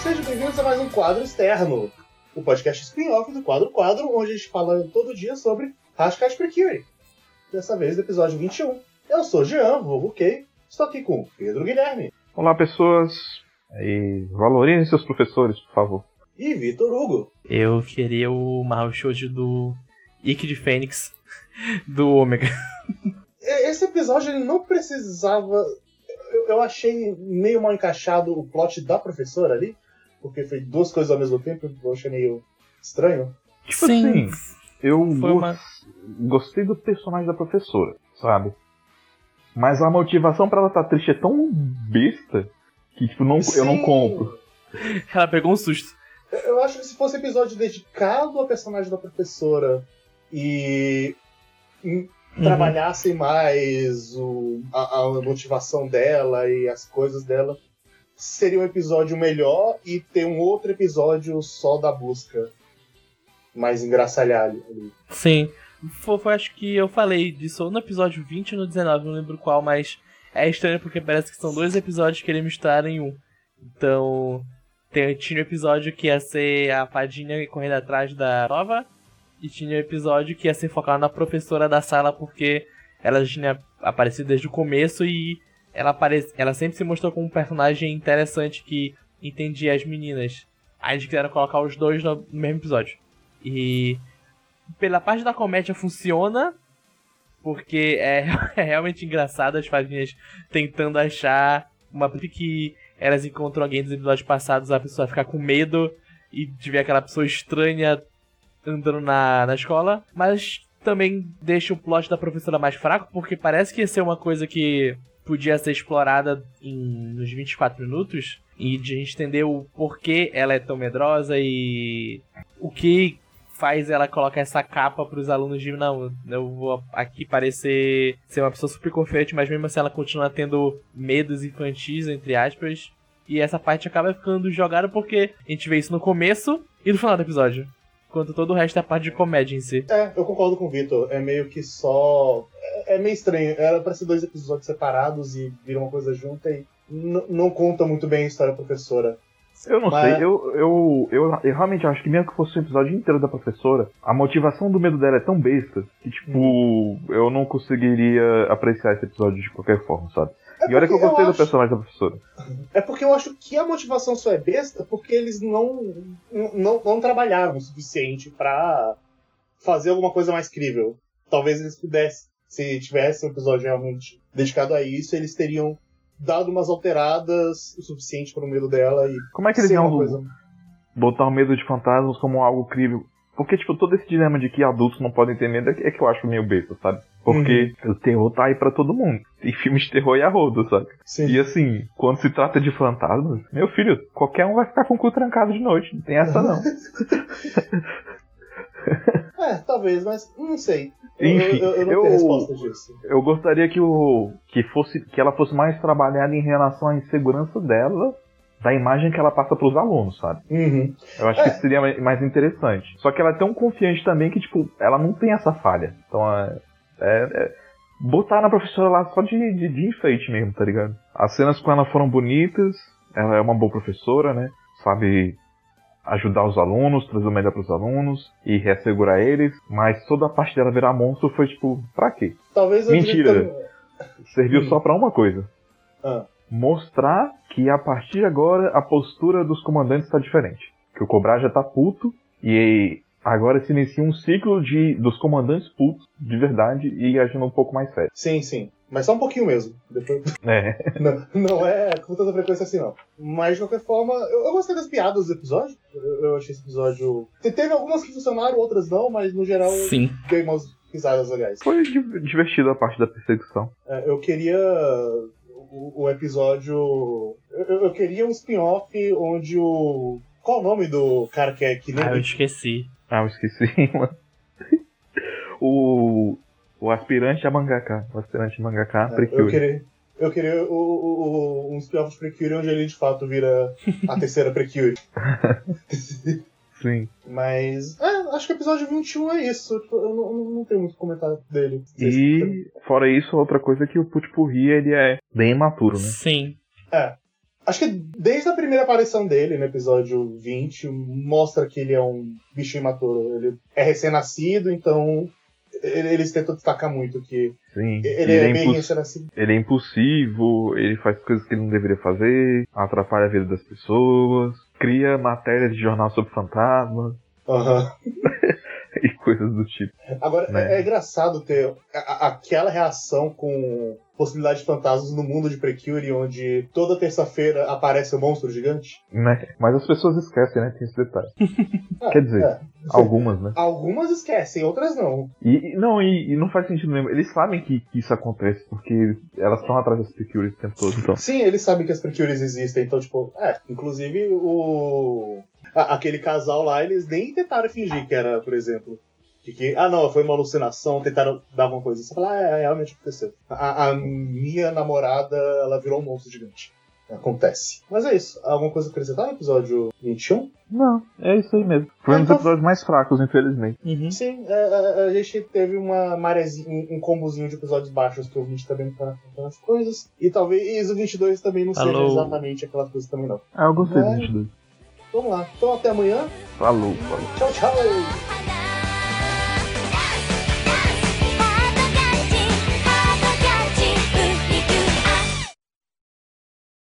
Sejam bem-vindos a mais um Quadro Externo, o podcast spin-off do Quadro Quadro, onde a gente fala todo dia sobre Hashcat Precure. Dessa vez, do episódio 21. Eu sou Jean, vulgo Kay, estou aqui com Pedro Guilherme. Olá, pessoas. E valorizem seus professores, por favor. E Vitor Hugo. Eu queria o Mahou Shoujo do Ikki de Fênix, do Ômega. Esse episódio ele não precisava... Eu achei meio mal encaixado o plot da professora ali, porque foi duas coisas ao mesmo tempo, eu achei meio estranho. Tipo Sim, assim, eu uma... gostei do personagem da professora, sabe? Mas a motivação pra ela estar triste é tão besta que tipo, eu não compro. Ela pegou um susto. Eu acho que se fosse episódio dedicado ao personagem da professora e trabalhassem mais a motivação dela e as coisas dela, seria um episódio melhor e ter um outro episódio só da busca mais engraçalhado ali. Sim, foi, acho que eu falei disso ou no episódio 20 ou no 19, não lembro qual, mas é estranho porque parece que são dois episódios que ele misturaram em um. Então, tinha um episódio que ia ser a fadinha correndo atrás da prova, e tinha um episódio que ia ser focado na professora da sala, porque ela tinha aparecido desde o começo e ela sempre se mostrou como um personagem interessante que entendia as meninas. Aí eles quiseram colocar os dois no mesmo episódio. E pela parte da comédia funciona, porque é realmente engraçado as fadinhas tentando achar uma que elas encontram alguém dos episódios passados, a pessoa ficar com medo e de ver aquela pessoa estranha andando na escola, mas também deixa o plot da professora mais fraco, porque parece que ia ser uma coisa que podia ser explorada nos 24 minutos, e de a gente entender o porquê ela é tão medrosa e o que faz ela colocar essa capa pros alunos de não, eu vou aqui parecer ser uma pessoa super confiante, mas mesmo assim ela continua tendo medos infantis, entre aspas, e essa parte acaba ficando jogada porque a gente vê isso no começo e no final do episódio, enquanto todo o resto é a parte de comédia em si. Eu concordo com o Vitor, é meio que só... É meio estranho, era pra ser dois episódios separados e viram uma coisa junta e não conta muito bem a história da professora. Eu não sei, eu realmente acho que mesmo que fosse um episódio inteiro da professora, a motivação do medo dela é tão besta que, tipo, eu não conseguiria apreciar esse episódio de qualquer forma, sabe? E olha que eu gostei do personagem da professora. É porque eu acho que a motivação só é besta porque eles não trabalharam o suficiente pra fazer alguma coisa mais crível. Talvez eles pudessem, se tivesse um episódio realmente dedicado a isso, eles teriam dado umas alteradas o suficiente pro medo dela e... Como é que eles iam botar o medo de fantasmas como algo crível? Porque, tipo, todo esse dilema de que adultos não podem ter medo é que eu acho meio besta, sabe? Porque o terror tá aí pra todo mundo. E filmes de terror é a rodo, sabe? Sim. E assim, quando se trata de fantasmas, meu filho, qualquer um vai ficar com o cu trancado de noite. Não tem essa, não. Talvez, mas não sei. Enfim, eu não tenho resposta disso. Eu gostaria que ela fosse mais trabalhada em relação à insegurança dela, da imagem que ela passa pros alunos, sabe? Eu acho que isso seria mais interessante. Só que ela é tão confiante também que, tipo, ela não tem essa falha. Então, botar na professora lá só de enfeite mesmo, tá ligado? As cenas com ela foram bonitas, ela é uma boa professora, né? Sabe ajudar os alunos, trazer o melhor pros alunos e reassegurar eles, mas toda a parte dela virar monstro foi, tipo, pra quê? Talvez Mentira! Serviu só pra uma coisa. Mostrar que a partir de agora a postura dos comandantes tá diferente. Que o Cobra já tá puto e agora se inicia um ciclo dos comandantes putos, de verdade, e agindo um pouco mais sério. Sim. Mas só um pouquinho mesmo. Depois... Não é com tanta frequência assim, não. Mas, de qualquer forma, eu gostei das piadas do episódio. Eu achei esse episódio... Teve algumas que funcionaram, outras não, mas, no geral, Sim. Dei umas risadas legais. Foi divertido a parte da perseguição. Eu queria... O episódio... Eu queria um spin-off onde o... Qual o nome do cara que é... Eu esqueci. Eu esqueci, mano. O aspirante a mangaka. O aspirante a mangaka, Precure. Eu queria um spin-off de Precure onde ele de fato vira a terceira Precure. Sim. Mas, acho que o episódio 21 é isso. Eu não tenho muito comentário dele. E, fora isso, outra coisa é que o Putpurri, ele é bem imaturo, né? Sim. Acho que desde a primeira aparição dele, no episódio 20, mostra que ele é um bicho imaturo. Ele é recém-nascido, então eles tentam destacar muito que Sim, ele é bem recém-nascido. Ele é impulsivo, ele faz coisas que ele não deveria fazer, atrapalha a vida das pessoas, cria matéria de jornal sobre fantasmas. Aham. E coisas do tipo. Agora, né? é engraçado ter aquela reação com possibilidade de fantasmas no mundo de Precure, onde toda terça-feira aparece um monstro gigante. Né? Mas as pessoas esquecem, né? Tem esse detalhe. Quer dizer, algumas, né? Algumas esquecem, outras não. E não faz sentido mesmo. Eles sabem que isso acontece, porque elas estão atrás das Precures o tempo todo. Então. Sim, eles sabem que as Precures existem, então, tipo, inclusive aquele casal lá, eles nem tentaram fingir que era, por exemplo, não, foi uma alucinação, tentaram dar uma coisa. Você fala, realmente aconteceu. A minha namorada, ela virou um monstro gigante. Acontece. Mas é isso. Alguma coisa a acrescentar no episódio 21? Não, é isso aí mesmo. Foi um dos episódios mais fracos, infelizmente. Uhum. Sim, a gente teve uma marezinha, um combozinho de episódios baixos que o 20 também não tá contando as coisas. E talvez o 22 também não seja exatamente aquelas coisas também não. Eu gostei do 22. Vamos lá. Então até amanhã. Falou. Tchau, tchau.